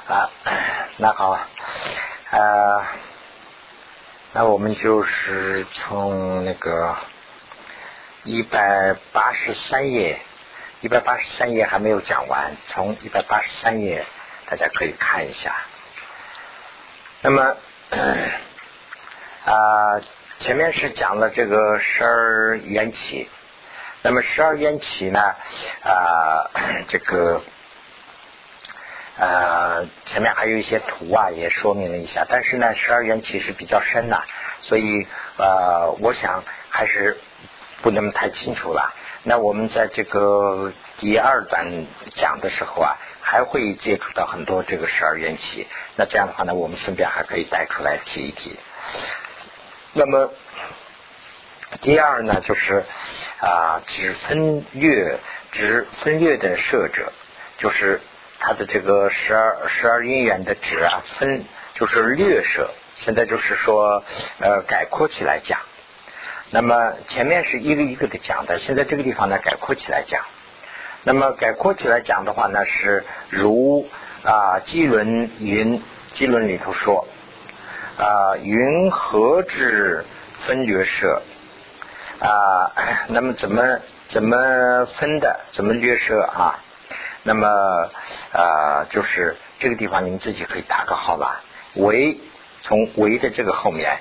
啊，那好，那我们就是从那个183页，183页还没有讲完，从183页大家可以看一下。那么前面是讲了这个12缘起，那么12缘起呢，这个前面还有一些图啊也说明了一下，但是呢12缘起是比较深呐，所以我想还是不那么太清楚了。那我们在这个第二段讲的时候啊，还会接触到很多这个12缘起，那这样的话呢，我们顺便还可以带出来提一提。那么第二呢，就是指分略的摄者，就是它的这个12因缘的指啊，分就是略摄，现在就是说概括起来讲。那么前面是一个一个的讲的，现在这个地方呢概括起来讲。那么概括起来讲的话呢，是如基轮云，基轮里头说云何至分略摄那么怎么分的，怎么略摄啊？那么就是这个地方你们自己可以打个号了。为从为的这个后面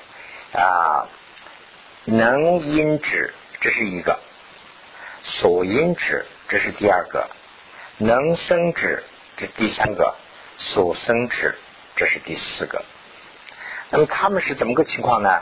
能因指，这是一个；所因指，这是第二个；能生指，这是第三个；所生指，这是第四个。那么他们是怎么个情况呢？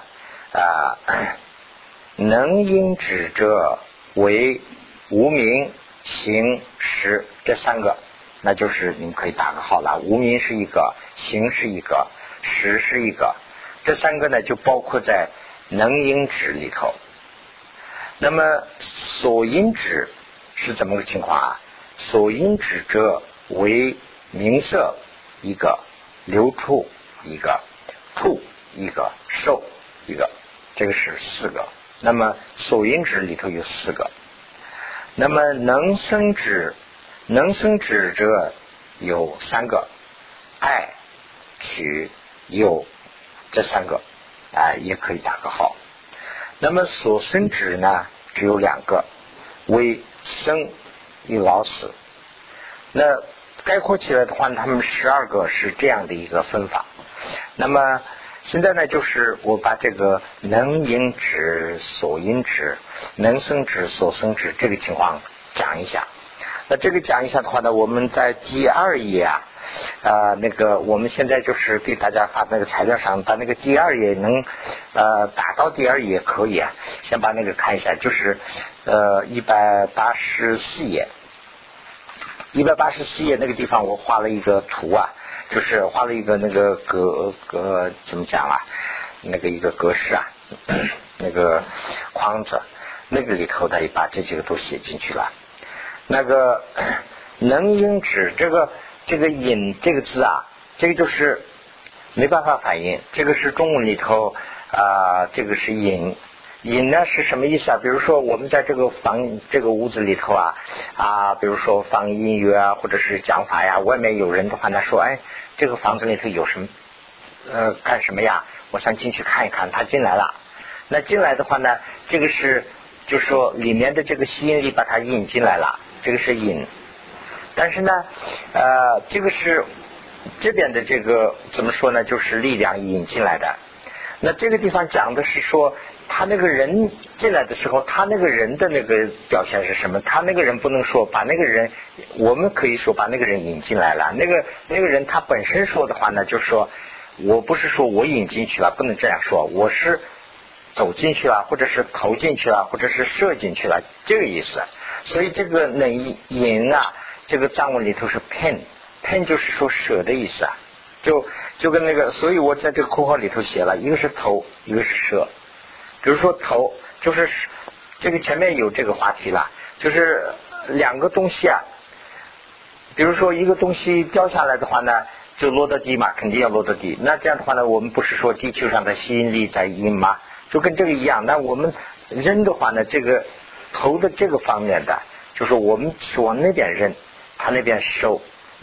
能因指者为无明、行、识这三个，那就是你们可以打个号了。无明是一个，行是一个，识是一个，这三个呢就包括在能因指里头。那么所因指是怎么个情况啊？所因指者为名色一个，流处一个，处一个，受一个，这个是四个。那么所因指里头有四个。那么能生指者有三个，爱、取、有这三个也可以打个号。那么所生指呢只有两个，为生与老死。那概括起来的话，他们12个是这样的一个分法。那么现在呢，就是我把这个能因指、所因指、能生指、所生指这个情况讲一下。那这个讲一下的话呢，我们在第2页那个我们现在就是给大家发那个材料上，把那个第2页能打到第2页可以先把那个看一下，就是184页，184页那个地方我画了一个图就是画了一个那个格怎么讲那个一个格式那个框子，那个里头也把这几个都写进去了。那个能因指这个引这个字这个就是没办法反应，这个是中文里头这个是引呢是什么意思比如说我们在这个屋子里头比如说放音乐或者是讲法外面有人的话呢说这个房子里头有什么干什么我想进去看一看，他进来了。那进来的话呢，这个是就是说里面的这个吸引力把它引进来了，这个是引。但是呢这个是这边的这个怎么说呢，就是力量引进来的。那这个地方讲的是说他那个人进来的时候，他那个人的那个表现是什么？他那个人不能说把那个人，我们可以说把那个人引进来了。那个人他本身说的话呢，就是说我不是说我引进去了，不能这样说，我是走进去了，或者是投进去了，或者是射进去了，这个意思。所以这个能引这个藏文里头是 pen 就是说舍的意思就跟那个，所以我在这个括号里头写了，一个是投，一个是舍。比如说投，就是这个前面有这个话题了，就是两个东西比如说一个东西掉下来的话呢，就落到地嘛，肯定要落到地。那这样的话呢，我们不是说地球上的吸引力在引吗？就跟这个一样。那我们扔的话呢，这个投的这个方面的，就是我们往那边扔，他那边收。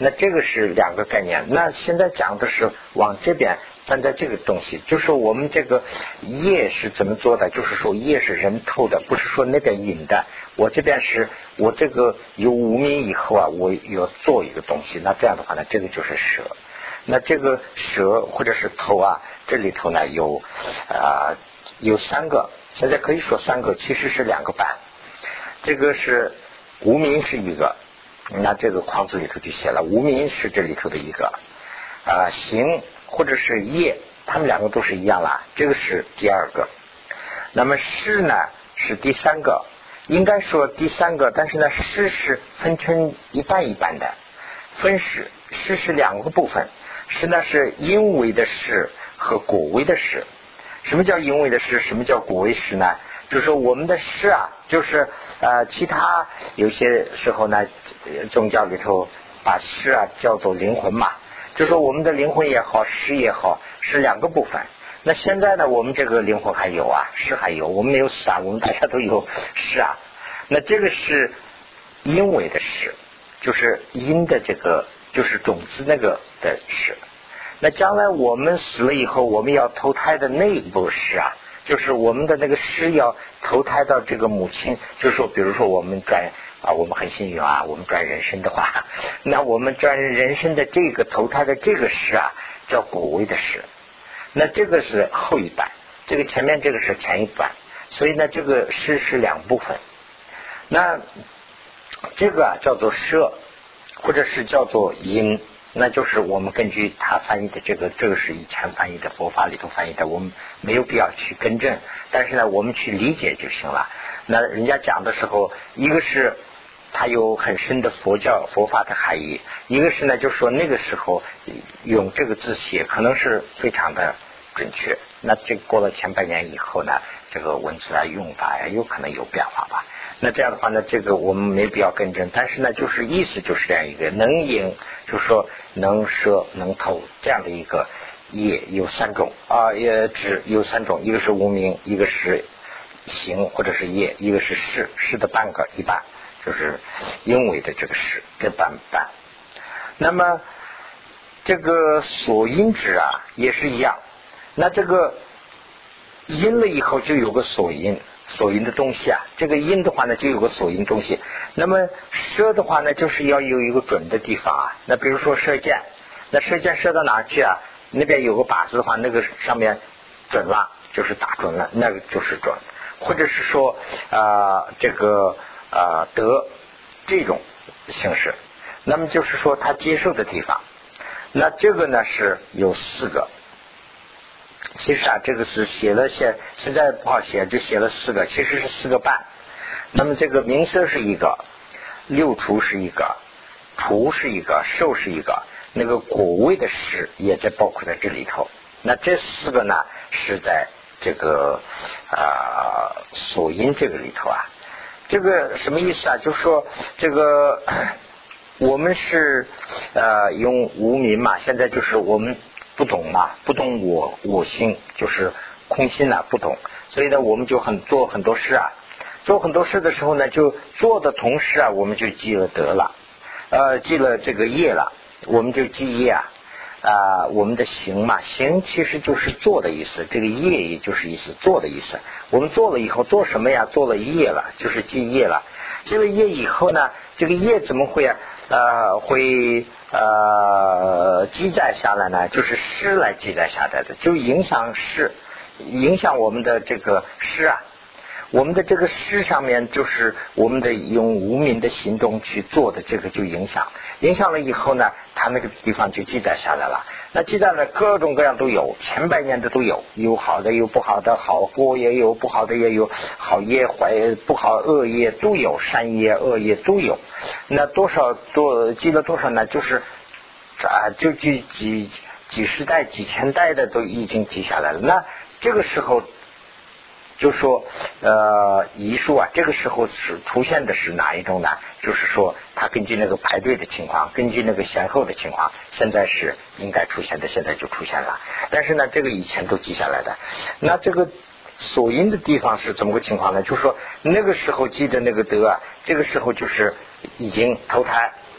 那这个是两个概念。那现在讲的是往这边站在这个东西，就是我们这个业是怎么做的，就是说业是人透的，不是说那边引的。我这边是我这个有无明以后啊，我要做一个东西，那这样的话呢，这个就是舍。那这个舍或者是头啊，这里头呢有三个，现在可以说三个，其实是两个版。这个是无明是一个，那这个框子里头就写了无明是这里头的一个行或者是业，他们两个都是一样啦，这个是第二个。那么识呢是第三个，应该说第三个，但是呢识是分成一半一半的，分识是两个部分，识呢是因为的识和果为的识。什么叫因为的识，什么叫果为识呢？就是说我们的识啊，就是其他有些时候呢宗教里头把识啊叫做灵魂嘛，就是说我们的灵魂也好，识也好，是两个部分。那现在呢我们这个灵魂还有啊，识还有，我们没有死啊，我们大家都有识啊。那这个是因为的识，就是因的这个就是种子那个的识。那将来我们死了以后，我们要投胎的那一部识啊，就是我们的那个识要投胎到这个母亲，就是说比如说我们我们很幸运啊，我们转人生的话，那我们转人生的这个投胎的这个识啊叫果位的识，那这个是后一半，这个前面这个是前一半，所以呢这个识是两部分。那这个叫做舍，或者是叫做因，那就是我们根据他翻译的这个是以前翻译的佛法里头翻译的，我们没有必要去更正，但是呢我们去理解就行了。那人家讲的时候，一个是它有很深的佛法的含义，一个是呢就是说那个时候用这个字写可能是非常的准确，那这过了千百年以后呢，这个文字啊用法呀有可能有变化吧。那这样的话呢，这个我们没必要更正，但是呢就是意思就是这样一个能引，就是说能舍能透这样的一个业有三种也指有三种，一个是无明，一个是行或者是业，一个是识的半个一半，就是因为的这个识这半。那么这个所因指啊也是一样，那这个因了以后就有个所因的东西啊，这个因的话呢就有个所因东西。那么射的话呢就是要有一个准的地方啊，那比如说射箭，那射箭射到哪去啊，那边有个靶子的话，那个上面准了就是打准了，那个就是准。或者是说这个得这种形式，那么就是说他接受的地方。那这个呢是有四个，其实这个是写现在不好写，就写了四个，其实是4个半。那么这个名色是一个，六除是一个，除是一个，受是一个，那个果位的识也在包括在这里头。那这4个呢是在这个所因这个里头啊。这个什么意思啊？就是说这个我们是用无明嘛，现在就是我们不懂嘛，不懂我心，就是空心啊，不懂，所以呢我们就做很多事啊，做很多事的时候呢，就做的同时啊，我们就积了德了，积了这个业了，我们就积业我们的行嘛，行其实就是做的意思，这个业也就是意思做的意思。我们做了以后做什么呀？做了业了，就是积业了。积了业以后呢，这个业怎么会会积载下来呢？就是识来积载下来的，就影响我们的这个识啊。我们的这个识上面就是我们的用无明的行动去做的，这个就影响了以后呢，它那个地方就记载下来了。那记载了各种各样都有，千百年的都有，有好的有不好的，好过也有，不好的也有，好业坏不好恶业都有，善业恶业都有。那记了多少呢？就是就几十代几千代的都已经记下来了。那这个时候就说遗书啊，这个时候是出现的是哪一种呢？就是说它根据那个排队的情况，根据那个先后的情况，现在是应该出现的，现在就出现了。但是呢这个以前都记下来的。那这个所因的地方是怎么个情况呢？就是说那个时候记的那个德啊，这个时候就是已经投胎。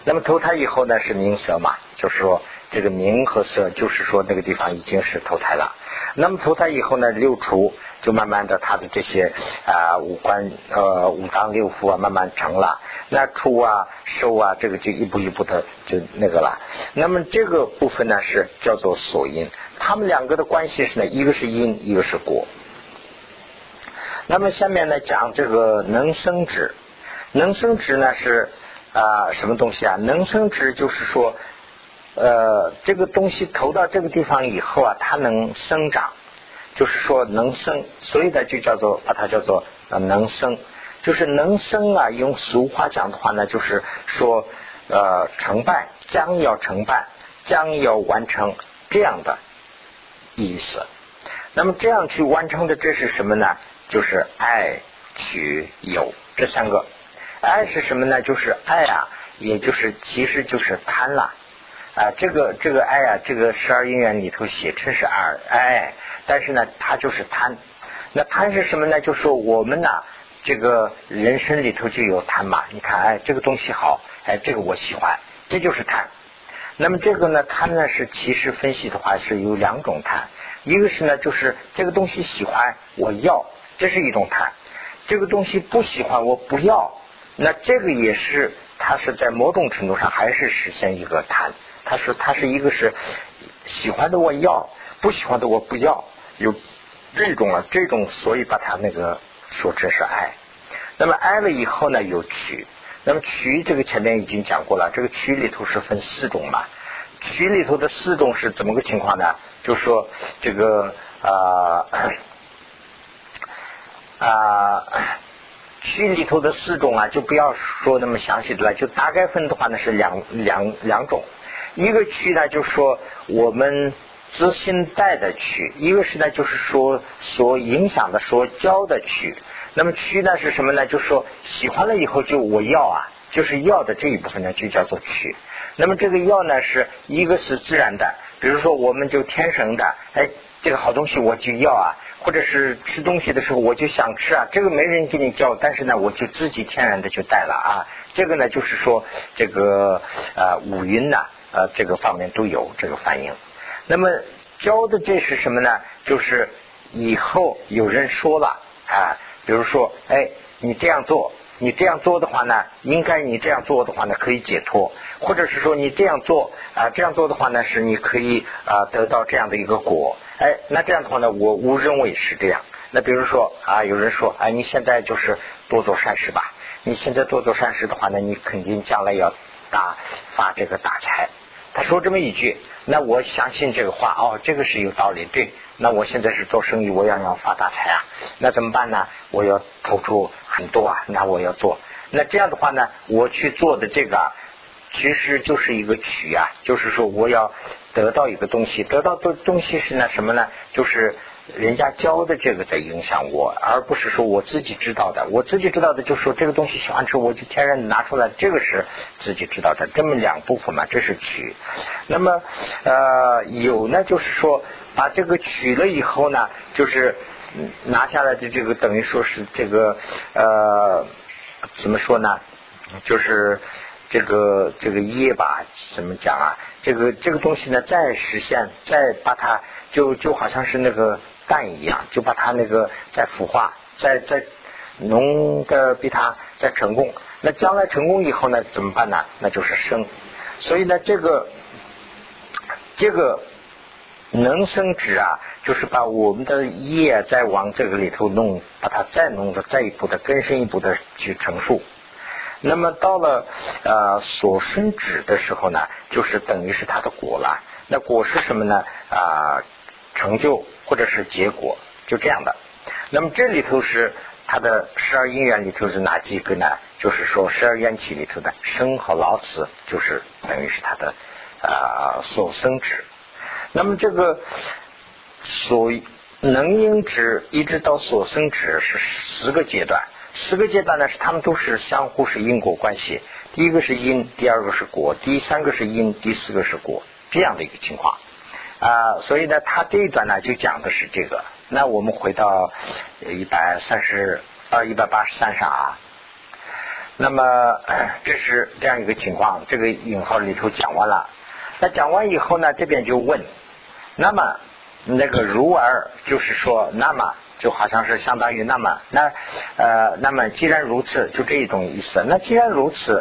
那么投胎以后呢是名色嘛，就是说这个名和色，就是说那个地方已经是投胎了。那么投胎以后呢，六除就慢慢的他的这些五官五脏六腑啊慢慢成了，那出啊收啊这个就一步一步的就那个了。那么这个部分呢是叫做所因，他们两个的关系是呢，一个是因，一个是果。那么下面呢讲这个能生质，能生质呢是什么东西啊？能生质就是说这个东西投到这个地方以后啊，它能生长，就是说能生，所以呢就叫做把它叫做能生，就是能生啊。用俗话讲的话呢，就是说成办，将要成办，将要完成这样的意思。那么这样去完成的这是什么呢？就是爱取有这三个。爱是什么呢？就是爱啊，也就是其实就是贪啦。这个爱啊，这个12因缘里头写成是爱，但是呢它就是贪。那贪是什么呢？就是说我们呢这个人生里头就有贪嘛，你看这个东西好，这个我喜欢，这就是贪。那么这个呢贪呢是其实分析的话是有两种贪，一个是呢就是这个东西喜欢我要，这是一种贪；这个东西不喜欢我不要，那这个也是它是在某种程度上还是实现一个贪。它是一个是喜欢的我要，不喜欢的我不要，有这种所以把它那个说这是爱。那么爱了以后呢有取，那么取这个前面已经讲过了，这个取里头是分4种嘛。取里头的4种是怎么个情况呢？就是说这个取里头的4种啊，就不要说那么详细的了，就大概分的话呢是两种。一个取呢就是说我们自心带的取，一个是呢就是说所影响的所教的取。那么取呢是什么呢？就是说喜欢了以后就我要啊，就是要的这一部分呢就叫做取。那么这个要呢是一个是自然的，比如说我们就天生的这个好东西我就要啊，或者是吃东西的时候我就想吃啊，这个没人给你教，但是呢我就自己天然的就带了啊。这个呢就是说这个五蕴呢这个方面都有这个反应。那么教的这是什么呢？就是以后有人说了比如说你这样做，你这样做的话呢，应该你这样做的话呢可以解脱，或者是说你这样做这样做的话呢是你可以得到这样的一个果。那这样的话呢我误认为是这样。那比如说有人说你现在就是多做善事吧，你现在多做善事的话呢，你肯定将来要发这个大财。他说这么一句，那我相信这个话这个是有道理，对。那我现在是做生意，我要发大财啊，那怎么办呢？我要投出很多那我要做。那这样的话呢，我去做的这个其实就是一个取就是说我要得到一个东西，得到的东西是什么呢？就是人家教的这个在影响我，而不是说我自己知道的。我自己知道的就是说这个东西喜欢吃，我就天然的拿出来，这个是自己知道的。这么两部分嘛，这是取。那么有呢，就是说把这个取了以后呢，就是拿下来的这个等于说是这个怎么说呢？就是这个业吧，怎么讲这个东西呢，再实现，再把它就好像是那个蛋一样，就把它那个再孵化，再浓的比它再成功。那将来成功以后呢，怎么办呢？那就是生。所以呢，这个能生质就是把我们的业再往这个里头弄，把它再弄的再一步的更深一步的去成熟。那么到了所生质的时候呢，就是等于是它的果了。那果是什么呢？成就或者是结果，就这样的。那么这里头是它的12因缘里头是哪几个呢？就是说12缘起里头的生和老死，就是等于是它的所生质。那么这个所能因质一直到所生质是10个阶段。10个阶段呢，是他们都是相互是因果关系。第一个是因，第二个是果，第三个是因，第4个是果，这样的一个情况所以呢，他这一段呢就讲的是这个。那我们回到183上那么这是这样一个情况，这个引号里头讲完了。那讲完以后呢，这边就问，那么那个如而就是说，那么就好像是相当于那么那么既然如此，就这一种意思。那既然如此，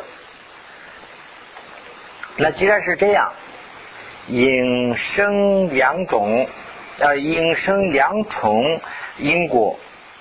那既然是这样，引生两种引生两重因果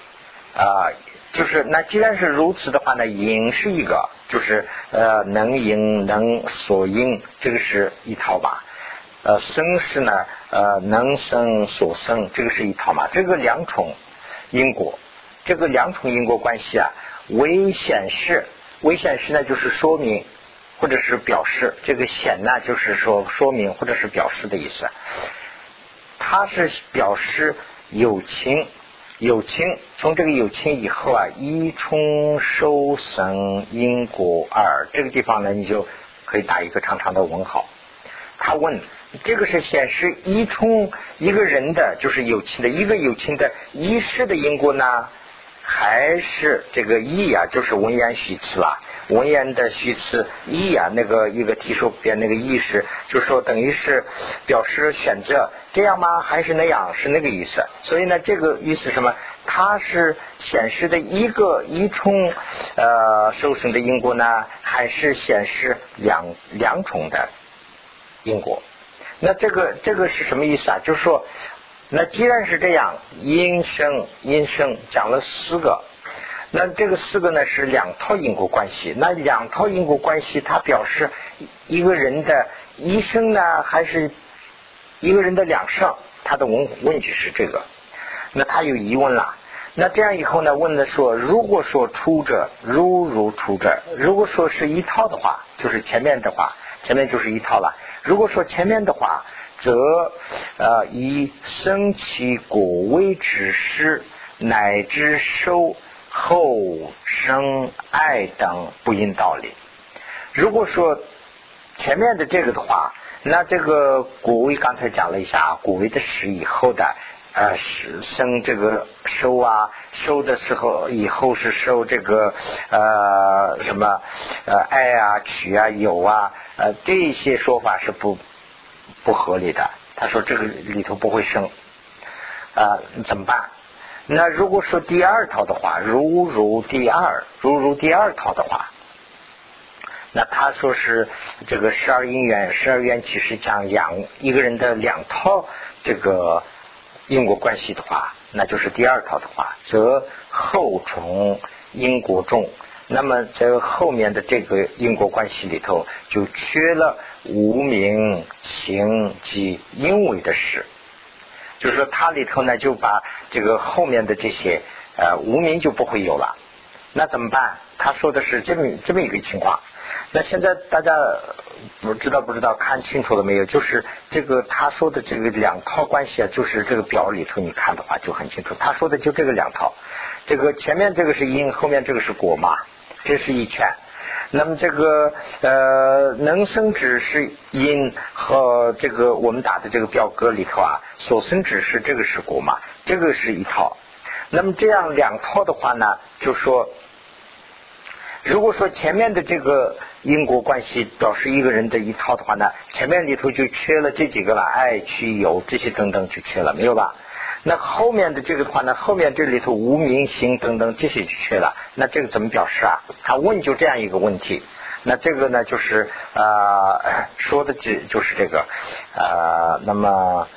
就是那既然是如此的话呢，因是一个，就是能因能所因，这个是一套吧。生是呢能生所生，这个是一套嘛。这个两重因果，这个两重因果关系啊，为显示呢就是说明或者是表示，这个显呢就是说说明或者是表示的意思。它是表示有情，从这个有情以后啊，依冲受生因果二，这个地方呢你就可以打一个长长的问号。他问这个是显示依冲一个人的，就是有情的一个有情的依事的因果呢，还是这个意啊，就是文言虚词啊，文言的虚词意啊，那个一个提手边那个意识，就是说等于是表示选择这样吗？还是那样？是那个意思。所以呢，这个意思什么？它是显示的一个一冲受生的因果呢，还是显示两重的因果？那这个是什么意思啊？就是说，那既然是这样，因生讲了4个，那这个4个呢是两套因果关系。那两套因果关系，它表示一个人的一生呢，还是一个人的两生？他的问句是这个。那他有疑问了。那这样以后呢，问的说，如果说出者如出者，如果说是一套的话，就是前面的话，前面就是一套了。如果说前面的话，则以生其果为之事，乃至受后生爱等不应道理。如果说前面的这个的话，那这个果位刚才讲了一下，果位的始以后的生这个收啊，收的时候以后是收这个什么爱啊取啊有啊这些说法是不合理的。他说这个里头不会生怎么办？那如果说第二套的话，如第二套的话，那他说是这个12因缘其实讲一个人的两套这个因果关系的话，那就是第二套的话，则后重因果重。那么在后面的这个因果关系里头，就缺了无明行及因为的事。就是说它里头呢，就把这个后面的这些无明就不会有了。那怎么办？他说的是这么一个情况。那现在大家不知道看清楚了没有？就是这个他说的这个两套关系啊，就是这个表里头你看的话就很清楚。他说的就这个两套，这个前面这个是因，后面这个是果嘛，这是一圈。那么这个能生指是因和这个我们打的这个表格里头啊，所生指是这个是果嘛，这个是一套。那么这样两套的话呢，就说如果说前面的这个因果关系表示一个人的一套的话呢，前面里头就缺了这几个了，爱取有这些等等就缺了，没有吧？那后面的这个的话呢，后面这里头无明行等等这些就缺了，那这个怎么表示啊？他问就这样一个问题。那这个呢就是说的就是这个那么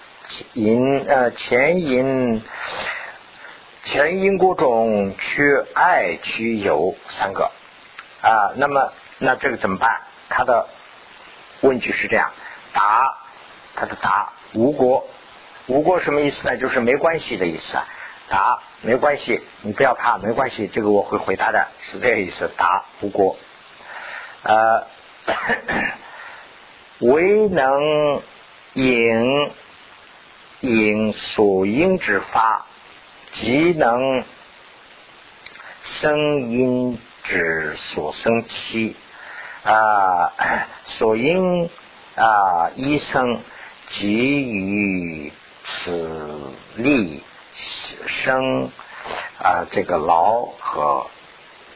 前因果中缺爱取有3个那么那这个怎么办？他的问句是这样，他的答无果什么意思呢？就是没关系的意思答没关系，你不要怕，没关系，这个我会回答的，是这个意思。答无果唯能引所应之法，即能生因之所生期所应一生即于此力生这个劳和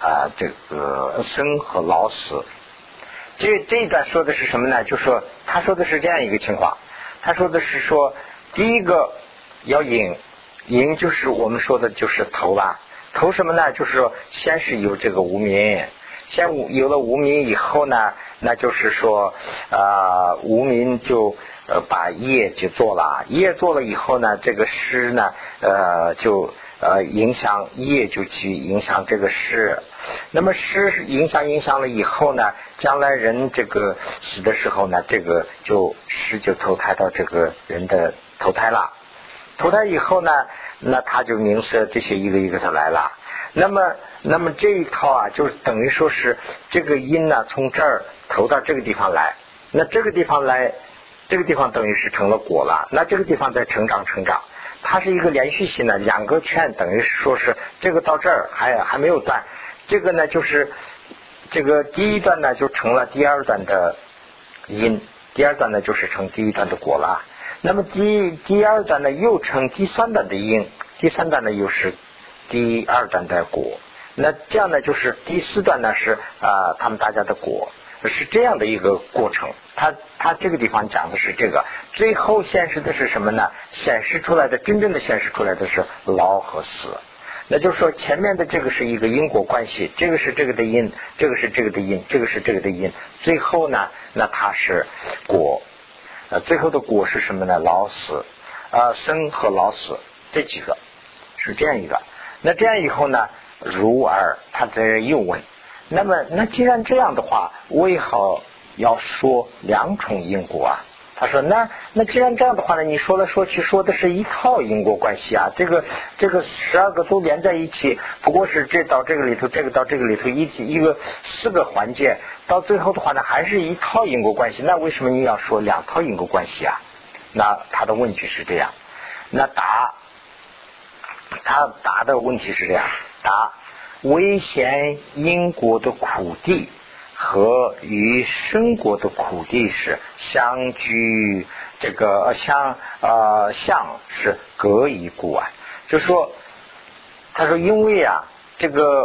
这个生和老死。这一段说的是什么呢？就说他说的是这样一个情况，他说的是说第一个要引就是我们说的就是头啦，头什么呢？就是说先是有这个无明，先有了无明以后呢，那就是说无明就把业就做了，业做了以后呢，这个识呢就影响业，就去影响这个识。那么识影响了以后呢，将来人这个死的时候呢，这个识就投胎到这个人的投胎了。投胎以后呢，那他就明示这些一个一个的来了。那么这一套就是等于说是这个因呢从这儿投到这个地方来，那这个地方等于是成了果了，那这个地方在成长，它是一个连续性的，两个圈等于是说是这个到这儿还没有断，这个呢就是这个第一段呢就成了第二段的因，第二段呢就是成第一段的果了。那么第二段呢又成第三段的因，第三段呢又是第二段的果，那这样呢就是第四段呢是他们大家的果，是这样的一个过程。他这个地方讲的是这个，最后显示的是什么呢？真正的显示出来的是老和死。那就是说前面的这个是一个因果关系，这个是这个的因，这个是这个的因，这个是这个的因，最后呢那它是果。最后的果是什么呢？老死生和老死这几个是这样一个。那这样以后呢，如而他在这又问，那既然这样的话，为何要说两重因果啊？他说那既然这样的话呢，你说来说去说的是一套因果关系啊，这个12个都连在一起，不过是这到这个里头，这个到这个里头一个4个环节，到最后的话呢还是一套因果关系，那为什么你要说两套因果关系啊？那他的问题是这样，那他答的问题是这样，答危险因果的苦地和与生果的苦地是相居，这个相是隔一故啊。就是说他说因为这个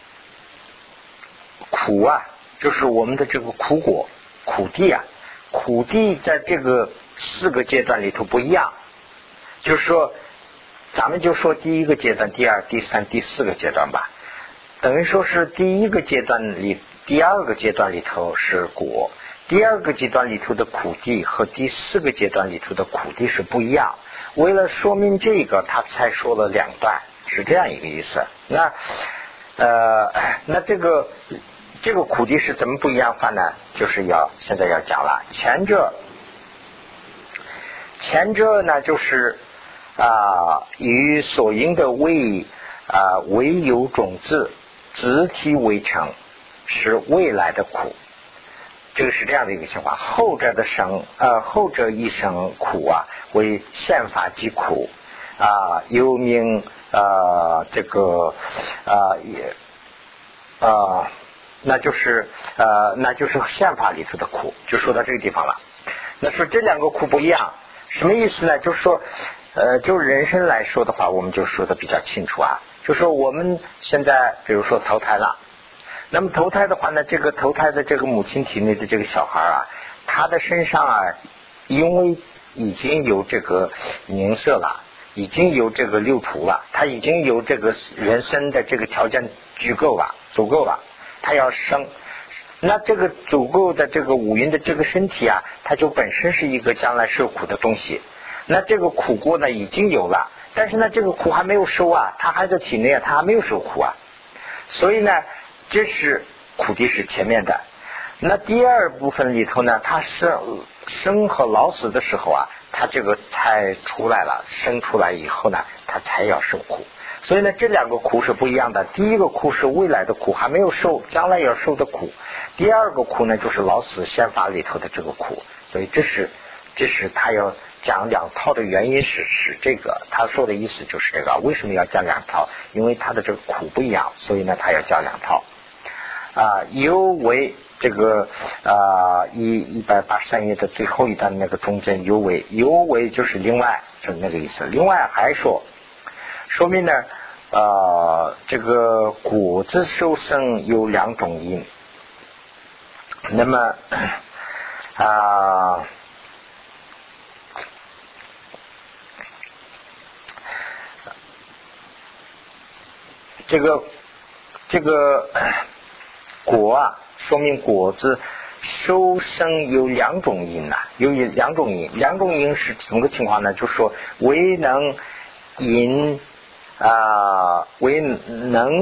苦就是我们的这个苦果苦地在这个4个阶段里头不一样，就是说咱们就说第一个阶段、第二、第三、第4个阶段吧，等于说是第一个阶段里第2个阶段里头是果，第2个阶段里头的苦地和第4个阶段里头的苦地是不一样。为了说明这个，他才说了2段，是这样一个意思。那这个苦地是怎么不一样法呢？就是现在要讲了。前者呢就是与所应的为有种子子体为成，是未来的苦，这个是这样的一个情况。后者一生苦为宪法之苦又名这个那就是宪法里头的苦，就说到这个地方了。那说这2个苦不一样，什么意思呢？就是说就人生来说的话，我们就说的比较清楚就说我们现在比如说投胎了，那么投胎的话呢，这个投胎的这个母亲体内的这个小孩他的身上因为已经有这个凝色了，已经有这个六除了，他已经有这个人生的这个条件足够了，他要生。那这个足够的这个五蕴的这个身体它就本身是一个将来受苦的东西。那这个苦果呢已经有了，但是呢这个苦还没有收他还在体内他还没有受苦所以呢这是苦地是前面的。那第2部分里头呢，他生和老死的时候他这个才出来了，生出来以后呢他才要受苦。所以呢这2个苦是不一样的。第一个苦是未来的苦，还没有受，将来要受的苦。第2个苦呢就是老死宪法里头的这个苦。所以这是他要讲2套的原因是这个，他说的意思就是这个。为什么要讲2套？因为他的这个苦不一样，所以呢他要讲2套尤为这个183页的最后一段那个中间尤为就是另外，就是那个意思。另外还说明呢这个果子受生有两种因。那么这个果啊，说明果子受生有两种因呐，有两种因。两种因是什么个情况呢？就是说为能因为能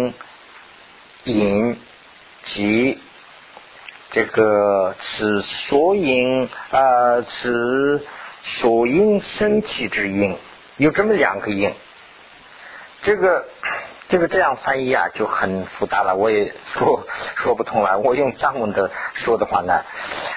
因及这个此所因此所因生起之因，有这么两个因。这个这样翻译啊就很复杂了，我也说不通了。我用藏文的说的话呢，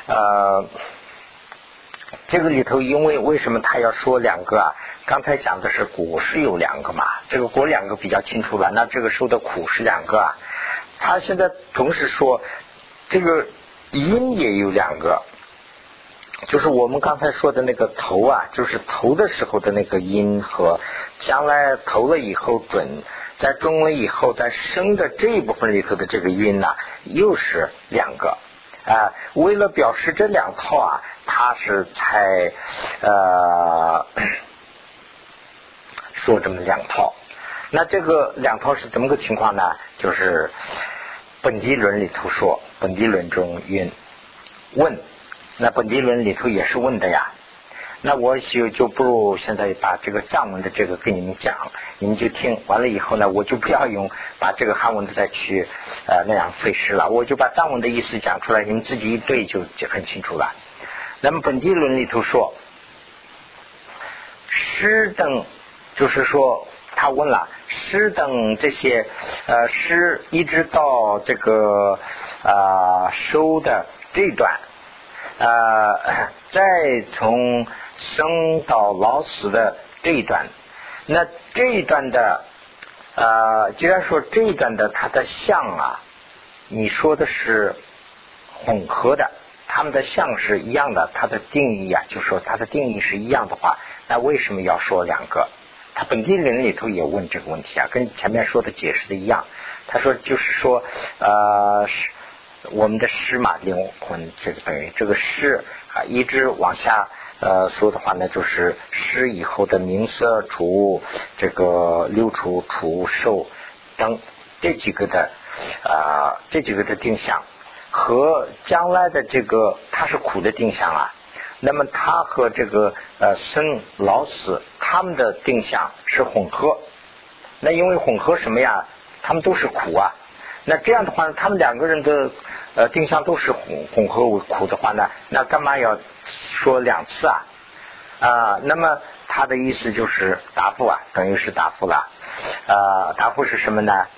这个里头因为什么他要说两个啊？刚才讲的是果是有两个嘛，这个果两个比较清楚了，那这个受的苦是两个啊。他现在同时说这个因也有两个，就是我们刚才说的那个投啊，就是投的时候的那个因和将来投了以后准，在种了以后在生的这一部分里头的这个因啊，又是两个为了表示这两套啊，他是才说这么两套。那这个两套是怎么个情况呢？就是本地论里头说，本地论中云问，那本地论里头也是问的呀。那我就不如现在把这个藏文的这个给你们讲，你们就听完了以后呢，我就不要用把这个汉文的再去那样费事了，我就把藏文的意思讲出来，你们自己一对就很清楚了。那么本地论里头说诗等，就是说他问了诗等这些诗一直到这个收的这一段再从生到老死的这一段，那这一段的既然说这一段的它的相啊，你说的是混合的，他们的相是一样的，它的定义啊，就说它的定义是一样的话，那为什么要说两个？他本地人里头也问这个问题啊，跟前面说的解释的一样。他说就是说我们的诗嘛，灵魂这个等于这个诗一直往下说的话呢，就是诗以后的名色除这个六除除受等这几个的定向和将来的这个它是苦的定向啊。那么它和这个生老死他们的定向是混合，那因为混合什么呀？他们都是苦啊。那这样的话，他们两个人的定向都是混合为苦的话呢，那干嘛要说两次啊？那么他的意思就是答复啊，等于是答复了。答复是什么呢？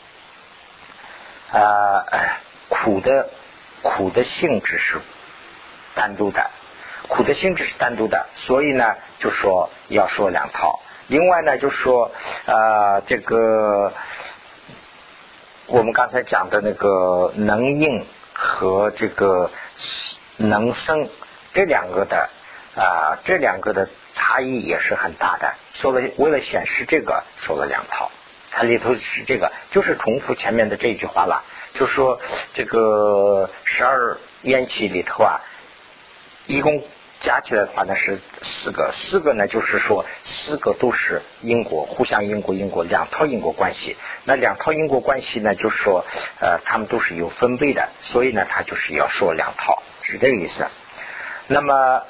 苦的性质是单独的。苦的性质是单独的，所以呢就说要说两套。另外呢就说这个我们刚才讲的那个能应和这个能生这两个的差异也是很大的，说了为了显示这个说了两套。它里头是这个就是重复前面的这句话了，就说这个12缘起里头啊，一共加起来的话呢是四个呢就是说四个都是因果，互相因果两套因果关系。那两套因果关系呢就是说他们都是有分贝的，所以呢他就是要说两套，是这个意思。那么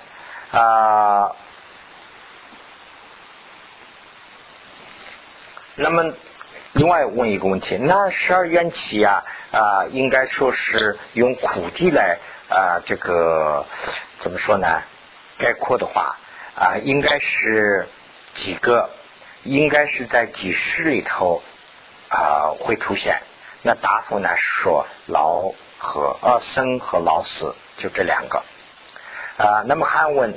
那么另外问一个问题，那12缘起啊应该说是用苦地来这个怎么说呢？概括的话应该是几个，应该是在几世里头会出现。那答复呢说老和生和老死就这两个那么汉文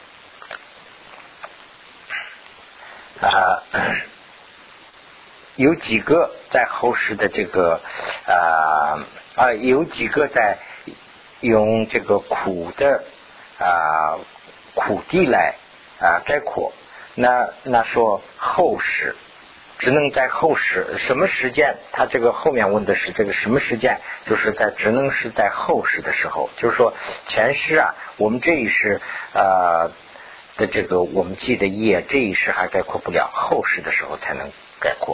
有几个在后世的这个有几个在用这个苦的苦地来概括。那说后世只能在后世什么时间？他这个后面问的是这个什么时间？就是在只能是在后世的时候，就是说前世啊，我们这一世的这个我们记的业，这一世还概括不了，后世的时候才能概括。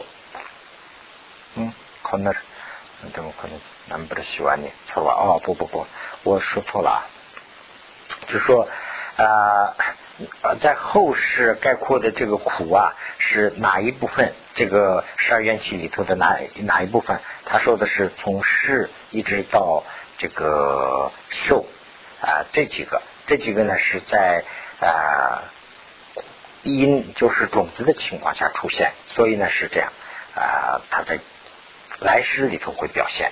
可能怎么可能？咱们不是喜欢你错了吧？哦，不，我说错了啊，就说在后世概括的这个苦啊，是哪一部分？这个12缘起里头的哪一部分？他说的是从世一直到这个受这几个呢是在因就是种子的情况下出现，所以呢是这样它在来世里头会表现。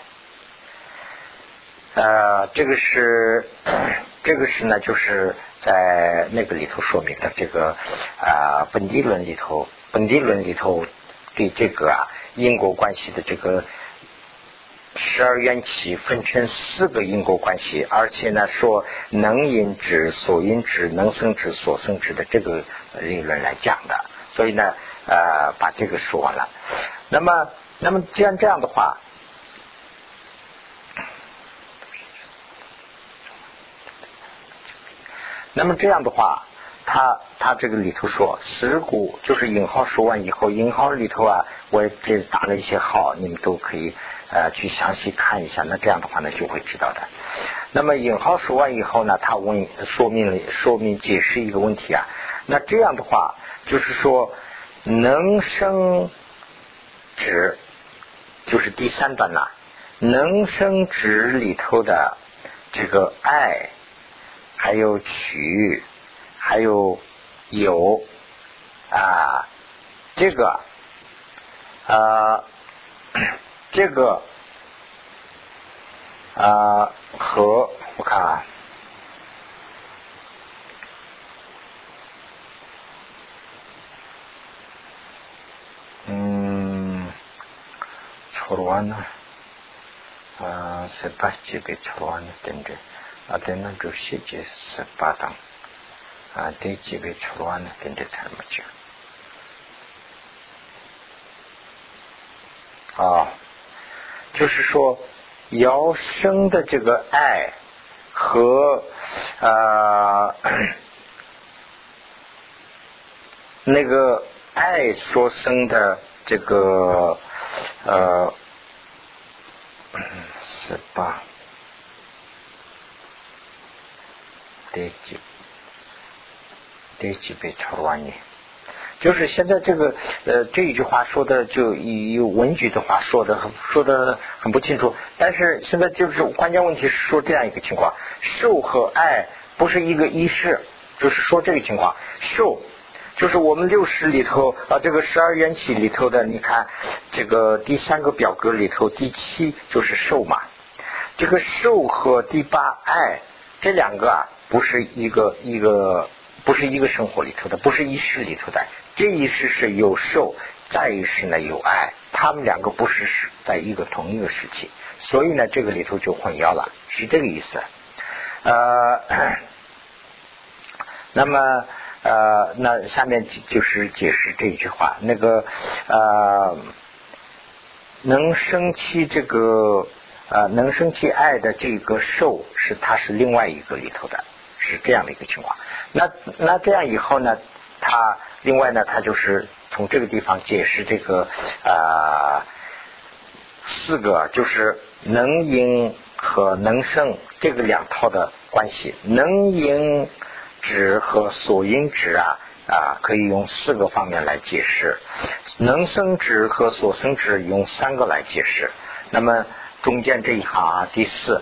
这个是呢，就是在那个里头说明的这个本地论里头对这个因果关系的这个12缘起分成4个因果关系，而且呢说能因指、所因指、能生指、所生指的这个理论来讲的，所以呢把这个说完了。那么既然这样的话，他这个里头说十股就是引号说完以后，引号里头我也这打了一些号，你们都可以去详细看一下。那这样的话呢就会知道的。那么引号说完以后呢，他说明解释一个问题那这样的话就是说能生指就是第3段能生指里头的这个爱还有取还有有这个和我看초로하나 세바집에 초로하나 된데 아데는 저 시제 세바당 대집에 초로하나 된데 잘못이요. 就是说摇生的这个爱和那个爱所生的这个18대집에 초로하니就是现在这个这一句话说的就以文句的话说的很不清楚，但是现在就是关键问题是说这样一个情况，受和爱不是一个意识，就是说这个情况，受就是我们6识里头这个12缘起里头的，你看这个第3个表格里头第7就是受嘛，这个受和第8爱这两个不是一个不是一个生活里头的，不是一识里头的，这一世是有受，再一世呢有爱，他们两个不是在同一个时期，所以呢这个里头就混淆了，是这个意思。那么那下面就是解释这一句话，那个能生起这个能生起爱的这个受它是另外一个里头的，是这样的一个情况。那这样以后呢，他另外呢他就是从这个地方解释这个4个就是能因和能生这个2套的关系，能因指和所因指可以用4个方面来解释，能生指和所生指用3个来解释。那么中间这一行第4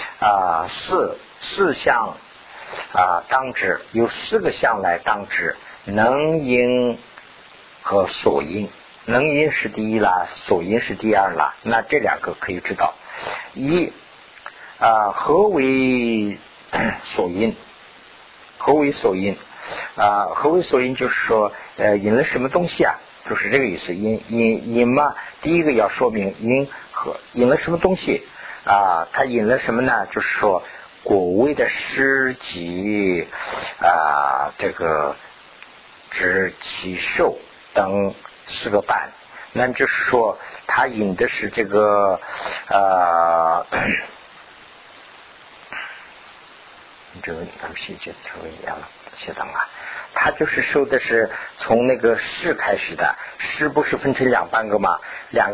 四项当指有4个项来当指，能因和所因，能因是第1啦，所因是第2啦，那这2个可以知道。何为所因？何为所因？何为所因就是说引了什么东西就是这个意思。引嘛，第一个要说明引了什么东西它引了什么呢？就是说果位的施及这个指其受等4个半。 那就是说它引的是这个这个细节特别一样了，写档啊，它就是说的是从那个士开始的，士不是分成两半个嘛，两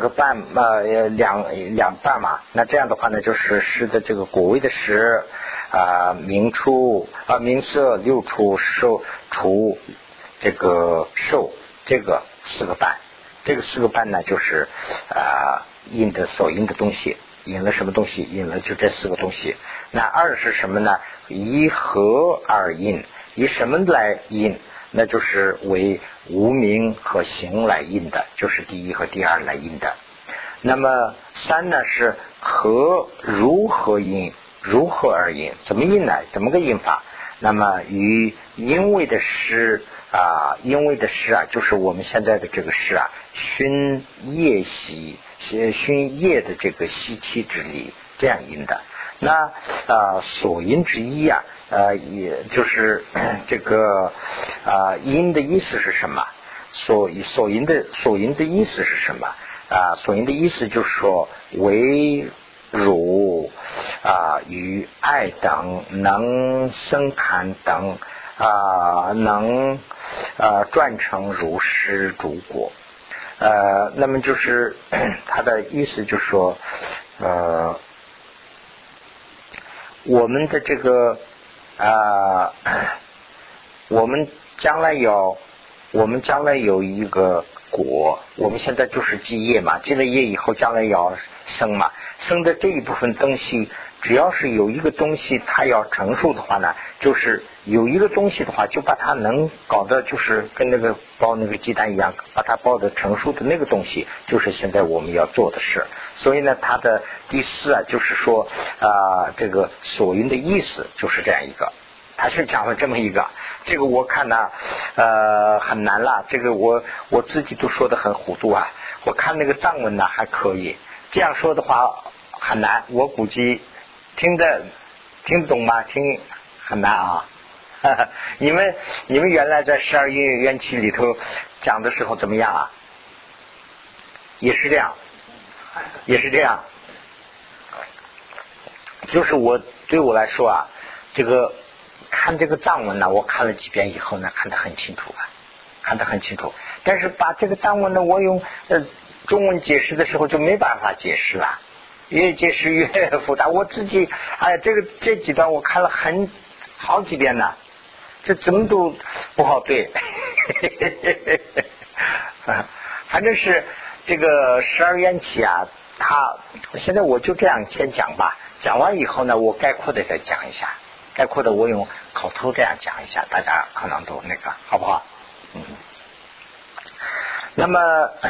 半嘛，那这样的话呢，就是士的这个果位的士名出名色六出受除这个受这个四个半，这个四个半呢就是印的所印的东西，印了什么东西？印了就这四个东西。那二是什么呢？以和而印，以什么来印？那就是为无名和行来印的，就是第一和第二来印的。那么三呢是和如何印，如何而印，怎么印呢？怎么个印法？那么与因为的诗因为的诗就是我们现在的这个诗熏叶习，熏叶的这个习气之理，这样印的。那所因之一也就是这个因的意思是什么？所因的意思是什么？所因的意思就是说为汝与爱等能生堪等能转成如是诸果。那么就是他的意思就是说我们的这个我们将来有一个果，我们现在就是积业嘛，积了业以后将来要生嘛，生的这一部分东西，只要是有一个东西它要成熟的话呢，就是有一个东西的话，就把它能搞得就是跟那个包那个鸡蛋一样，把它包的成熟的那个东西，就是现在我们要做的事。所以呢，它的第四就是说这个所因的意思就是这样一个，他是讲了这么一个，这个我看呢很难了，这个我自己都说得很糊涂我看那个藏文呢还可以，这样说的话很难，我估计听得懂吗？听很难你们原来在12缘起里头讲的时候怎么样也是这样，就是对我来说这个看这个藏文呢，我看了几遍以后呢，看得很清楚。但是把这个藏文呢，我用中文解释的时候就没办法解释了，越解释越复杂。我自己这几段我看了好几遍呢，这怎么都不好对。反正是这个12缘起它现在我就这样先讲吧，讲完以后呢，我概括的再讲一下。概括的我用口头这样讲一下，大家可能都那个好不好？那么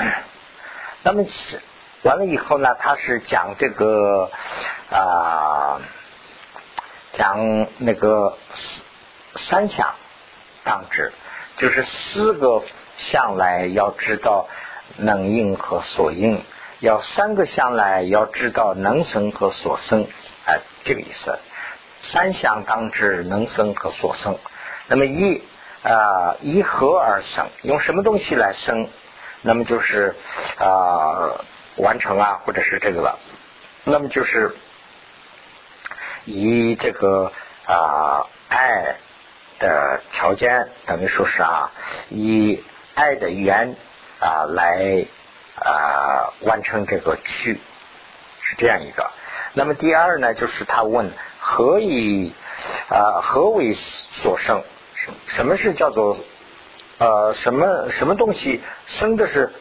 完了以后呢，他是讲这个讲那个三相当知，就是4个相来要知道能应和所应，要3个相来要知道能生和所生，这个意思。三相当知能生和所生。那么以何而生，用什么东西来生？那么就是完成或者是这个了。那么就是以这个爱的条件，等于说是以爱的缘来完成这个趣，是这样一个。那么第二呢，就是他问何为所生？什么是叫做什么东西生的是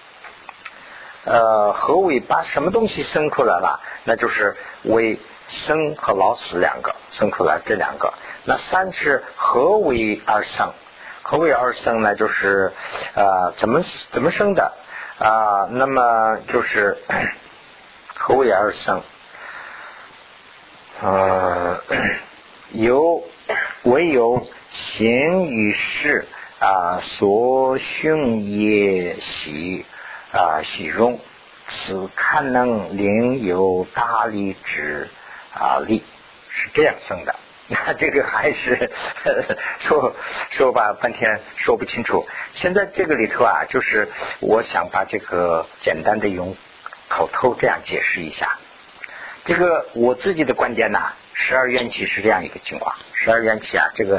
何为把什么东西生出来了？那就是为生和老死两个生出来，这两个。那3是何为而生？何为而生呢？就是怎么生的那么就是何为而生？唯有行于事所训也喜容，此堪能领有大力之力，是这样生的。 那这个还是说吧半天说不清楚。现在这个里头啊，就是我想把这个简单的用口头这样解释一下。这个我自己的观点呢，12缘起是这样一个情况。12缘起啊，这个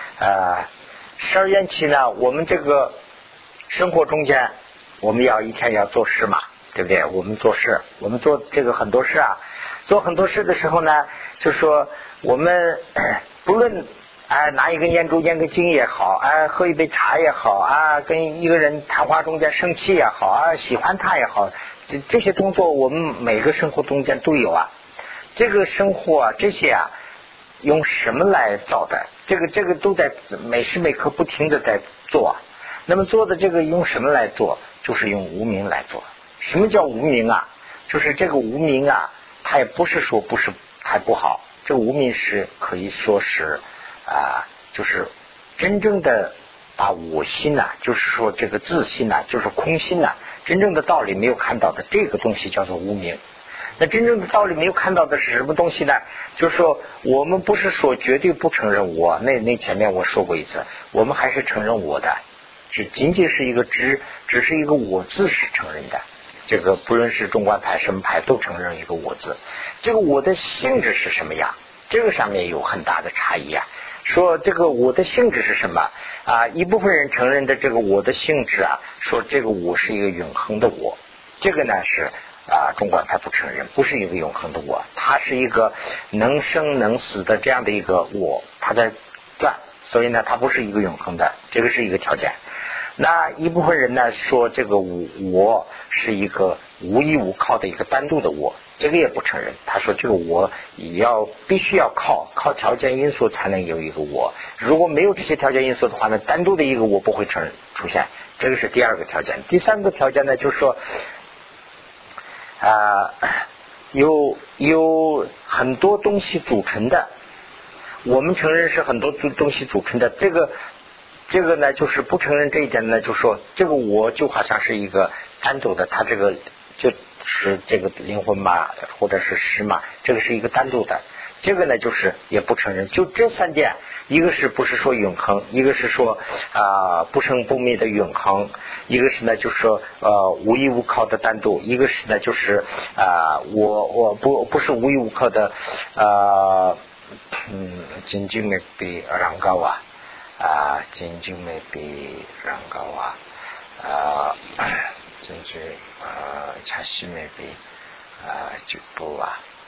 12缘起呢，我们这个生活中间，我们一天要做事嘛，对不对？我们做事，我们做这个很多事啊，做很多事的时候呢，就说我们不论拿一根烟珠念个经也好，喝一杯茶也好跟一个人谈话中间生气也好喜欢他也好，这些动作我们每个生活中间都有啊。这个生活这些用什么来造的？这个都在每时每刻不停的在做那么做的这个用什么来做？就是用无明来做。什么叫无明啊？就是这个无明啊，它也不是说不是太不好，这个无明是可以说是就是真正的把我心就是说这个自心就是空心真正的道理没有看到的这个东西叫做无明。那真正的道理没有看到的是什么东西呢？就是说我们不是说绝对不承认我，那前面我说过一次，我们还是承认我的，只仅仅是一个只是一个我字是承认的。这个不论是中观派什么派都承认一个我字。这个我的性质是什么样？这个上面有很大的差异说这个我的性质是什么一部分人承认的这个我的性质说这个我是一个永恒的我，这个呢是中观派不承认，不是一个永恒的我，它是一个能生能死的这样的一个我，它在转，所以呢它不是一个永恒的，这个是一个条件。那一部分人呢说这个我是一个无依无靠的一个单独的我，这个也不承认，他说这个我必须要靠条件因素才能有一个我，如果没有这些条件因素的话呢，单独的一个我不会出现，这个是第二个条件。第三个条件呢就是说有很多东西组成的，我们承认是很多东西组成的，这个呢就是不承认这一点呢，就说这个我就好像是一个单独的，它这个就是这个灵魂嘛，或者是识嘛，这个是一个单独的，这个呢就是也不承认。就这三点，一个是不是说永恒，一个是说不生不灭的永恒，一个是呢就是说无依无靠的单独，一个是呢就是我不是无依无靠的仅仅没比ran高仅仅没比ran高甚至자신没比就不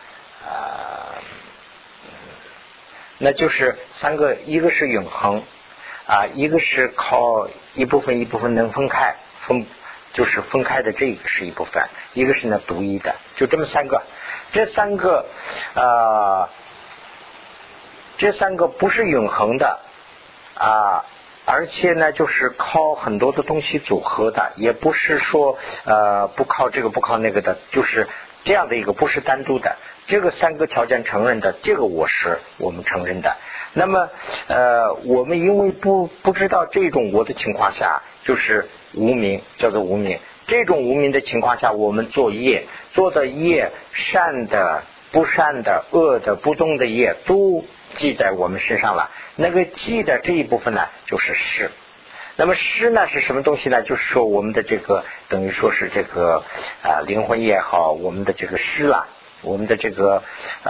那就是三个，一个是永恒一个是靠一部分能分开就是分开的，这个是一部分，一个是呢独一的，就这么三个。这三个不是永恒的而且呢就是靠很多的东西组合的，也不是说不靠这个不靠那个的，就是这样的一个不是单独的。这个三个条件承认的，这个我们承认的。那么我们因为不知道这种我的情况下，就是无明，叫做无明。这种无明的情况下，我们做的业，善的不善的恶的不动的业都记在我们身上了。那个记的这一部分呢就是识。那么识呢是什么东西呢？就是说我们的这个等于说是这个灵魂也好，我们的这个识我们的这个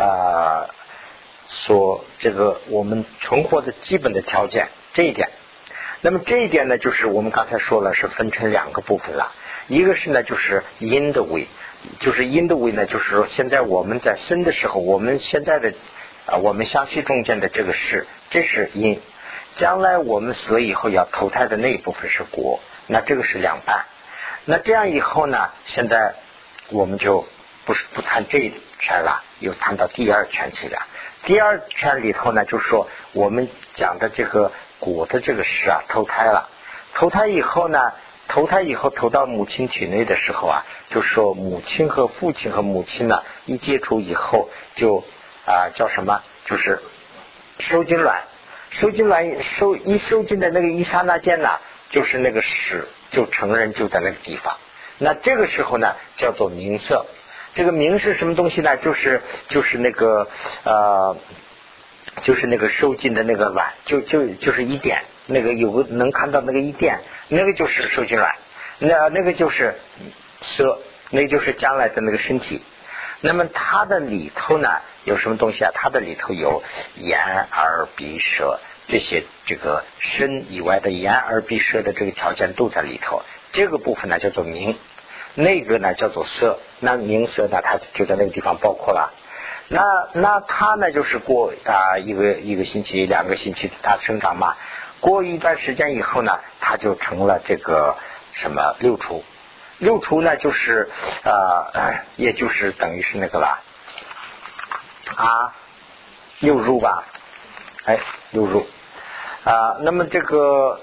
这个我们存活的基本的条件，这一点。那么这一点呢就是我们刚才说了是分成两个部分了，一个是呢就是因的位，就是因的位呢就是说现在我们在生的时候，我们现在的我们相续中间的这个识，这是因，将来我们死了以后要投胎的那一部分是果，那这个是两半。那这样以后呢，现在我们就不谈这一圈了，又谈到第二圈去了。第二圈里头呢就是说我们讲的这个果的这个识投胎了，投胎以后投到母亲体内的时候就是说母亲和父亲和母亲呢一接触以后就叫什么，就是收精卵，收精的那个一刹那间就是那个识就承认就在那个地方。那这个时候呢叫做名色。这个名是什么东西呢？就是那个就是那个受精的那个卵，就是一点，那个有个能看到那个一点，那个就是受精卵，那个就是色，那个就是将来的那个身体。那么它的里头呢有什么东西啊？它的里头有眼耳鼻舌这些，这个身以外的眼耳鼻舌的这个条件都在里头。这个部分呢叫做名，那个呢叫做色。那名色呢它就在那个地方包括了。那它呢就是过一个星期2个星期它生长嘛，过一段时间以后呢它就成了这个什么六畜。六畜呢就是也就是等于是那个了六入吧，六入那么这个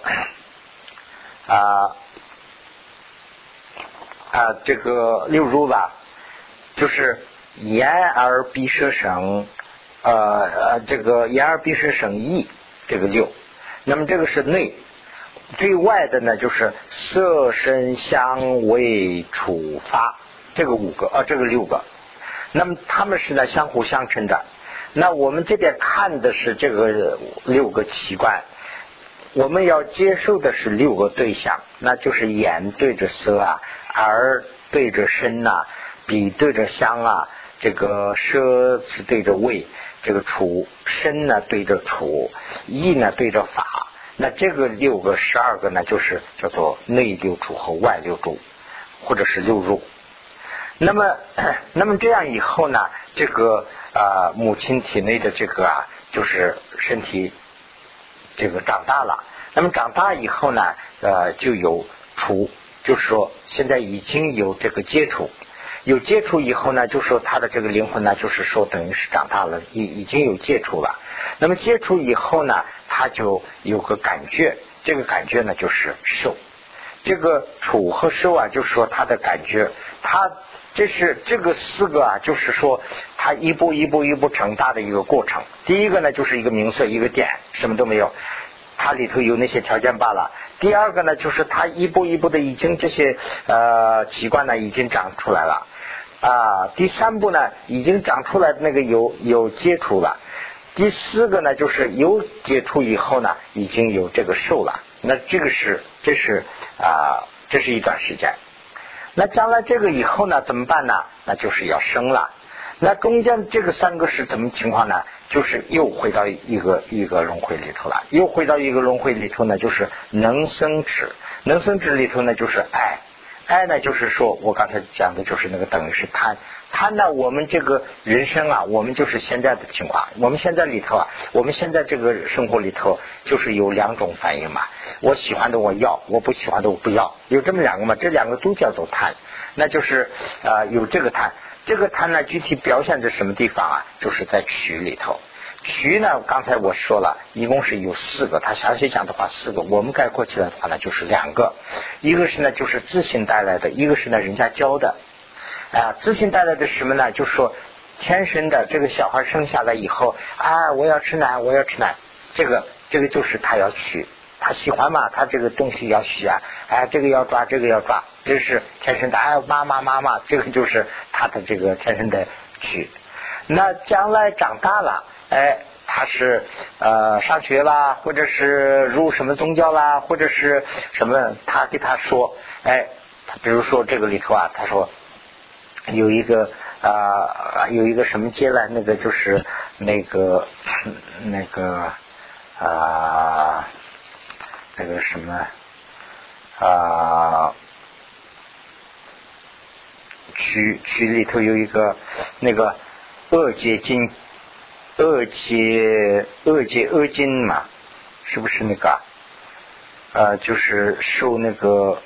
这个六入吧，就是眼耳鼻舌身这个眼耳鼻舌身意，这个六。那么这个是内，对外的呢就是色声香味触法，这个5个这个6个。那么他们是呢相互相成的。那我们这边看的是这个6个器官，我们要接受的是6个对象，那就是眼对着色耳对着声鼻对着香这个舌是对着味，这个触身呢对着触，意呢对着法。那这个6个12个呢就是叫做内六处和外六处，或者是六入。那么这样以后呢，这个母亲体内的这个就是身体这个长大了。那么长大以后呢就有处，就是说现在已经有这个接触，有接触以后呢，就说他的这个灵魂呢就是说等于是长大了，已经有接触了。那么接触以后呢，他就有个感觉，这个感觉呢就是受。这个处和受就是说他的感觉，他这是这个4个就是说他一步一步长大的一个过程。第一个呢就是一个名色，一个点，什么都没有，它里头有那些条件罢了。第二个呢就是它一步一步的已经这些器官呢已经长出来了第3步呢已经长出来的那个有接触了。第4个呢就是有接触以后呢已经有这个受了。那这是一段时间。那将来这个以后呢怎么办呢？那就是要生了。那中间这个3个是怎么情况呢？就是又回到一个轮回里头了。又回到一个轮回里头呢，就是能生智。能生智里头呢就是爱。爱呢就是说我刚才讲的就是那个等于是贪。贪呢我们这个人生我们就是现在的情况。我们现在里头我们现在这个生活里头就是有2种反应嘛。我喜欢的我要，我不喜欢的我不要，有这么2个嘛。这2个都叫做贪。那就是有这个贪。这个贪呢具体表现在什么地方就是在取里头。取呢刚才我说了一共是有4个，他详细讲的话4个，我们概括起来的话呢就是2个。一个是呢就是自信带来的，一个是呢人家教的自信带来的什么呢？就是说天生的这个小孩生下来以后我要吃奶，我要吃奶，这个就是他要取，他喜欢嘛，他这个东西要取这个要抓，这个要抓，这是天生的妈妈，这个就是他的这个天生的取。那将来长大了他是上学啦，或者是入什么宗教啦，或者是什么，他给他说他比如说这个里头他说有一个什么阶来，那个就是那个什么曲里头有一个那个恶结经嘛，是不是那个就是受那个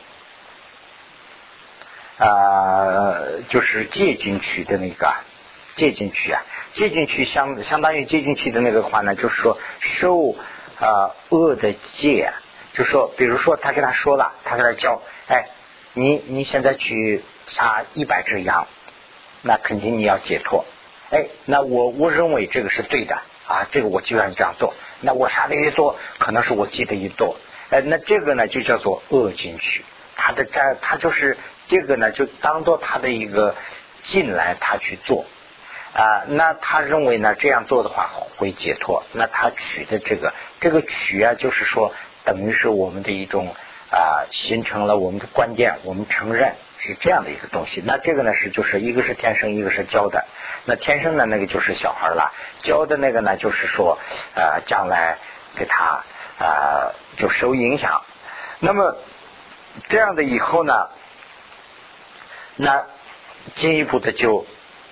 就是借进去的那个借进去借进去相当于借进去的那个话呢，就是说受恶的戒就是说比如说他跟他说了，他跟他教你现在去杀100只羊，那肯定你要解脱那我认为这个是对的这个我就愿意这样做，那我杀的越多可能是我记得越多那这个呢就叫做恶进去，他就是这个呢就当做他的一个进来他去做那他认为呢这样做的话会解脱。那他取的这个取啊，就是说等于是我们的一种形成了我们的关键，我们承认是这样的一个东西。那这个呢就是一个是天生，一个是教的。那天生的那个就是小孩了，教的那个呢就是说将来给他就受影响。那么这样的以后呢，那进一步的就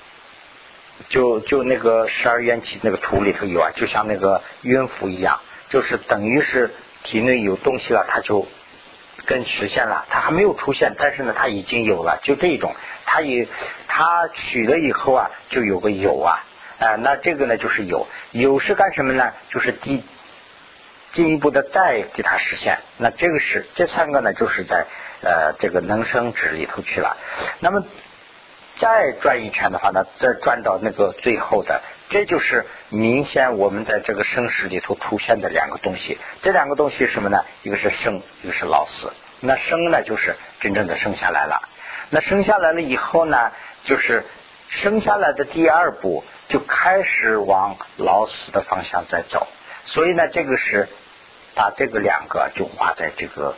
那个12元气那个图里头有就像那个孕妇一样，就是等于是体内有东西了，它就跟实现了，它还没有出现，但是呢它已经有了，就这种它取了以后就有个有那这个呢就是有是干什么呢？就是进一步的再给它实现。那这个是这3个呢就是在这个能生指里头去了。那么再转一圈的话呢，再转到那个最后的，这就是明显我们在这个生死里头出现的2个东西。这2个东西是什么呢？一个是生，一个是老死。那生呢就是真正的生下来了。那生下来了以后呢，就是生下来的第2步就开始往老死的方向在走。所以呢这个是把这个2个就画在这个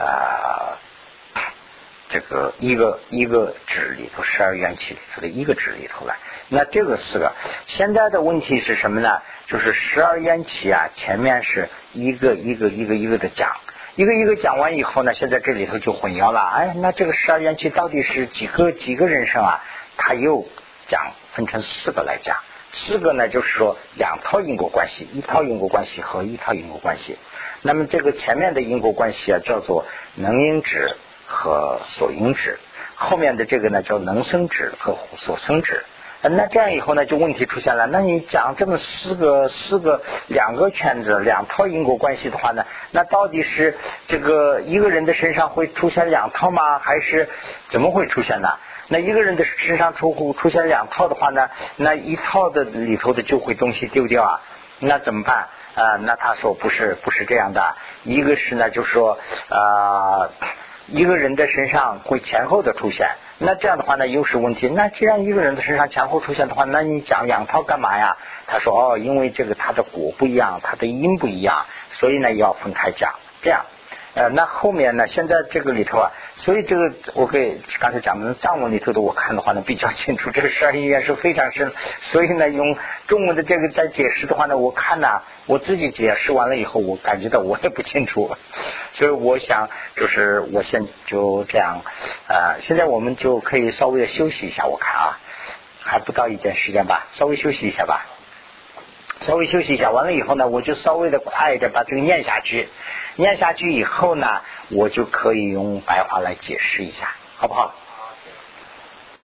一个指里头，12元气里头的一个指里头来。那这个4个现在的问题是什么呢？就是12元气前面是一个的讲，一个讲完以后呢，现在这里头就混淆了。那这个12元气到底是几个人生他又讲分成4个来讲。4个呢就是说2套因果关系，一套因果关系和一套因果关系。那么这个前面的因果关系叫做能因指和所因指，后面的这个呢叫能生指和所生指。那这样以后呢就问题出现了。那你讲这么4个2个圈子2套因果关系的话呢，那到底是这个一个人的身上会出现2套吗？还是怎么会出现呢？那一个人的身上出现2套的话呢，那一套的里头的就会东西丢掉那怎么办？那他说不是这样的。一个是呢就是说一个人的身上会前后的出现，那这样的话呢又是问题。那既然一个人的身上前后出现的话，那你讲2套干嘛呀？他说因为这个他的果不一样，他的因不一样，所以呢要分开讲。这样那后面呢现在这个里头所以这个我给刚才讲的藏文里头的我看的话呢比较清楚，这个12因缘是非常深。所以呢用中文的这个在解释的话呢，我看我自己解释完了以后，我感觉到我也不清楚。所以我想就是我先就这样现在我们就可以稍微的休息一下，我看还不到1点时间吧，稍微休息一下吧。稍微休息一下，完了以后呢我就稍微的快一点把这个念下去以后呢我就可以用白话来解释一下，好不好？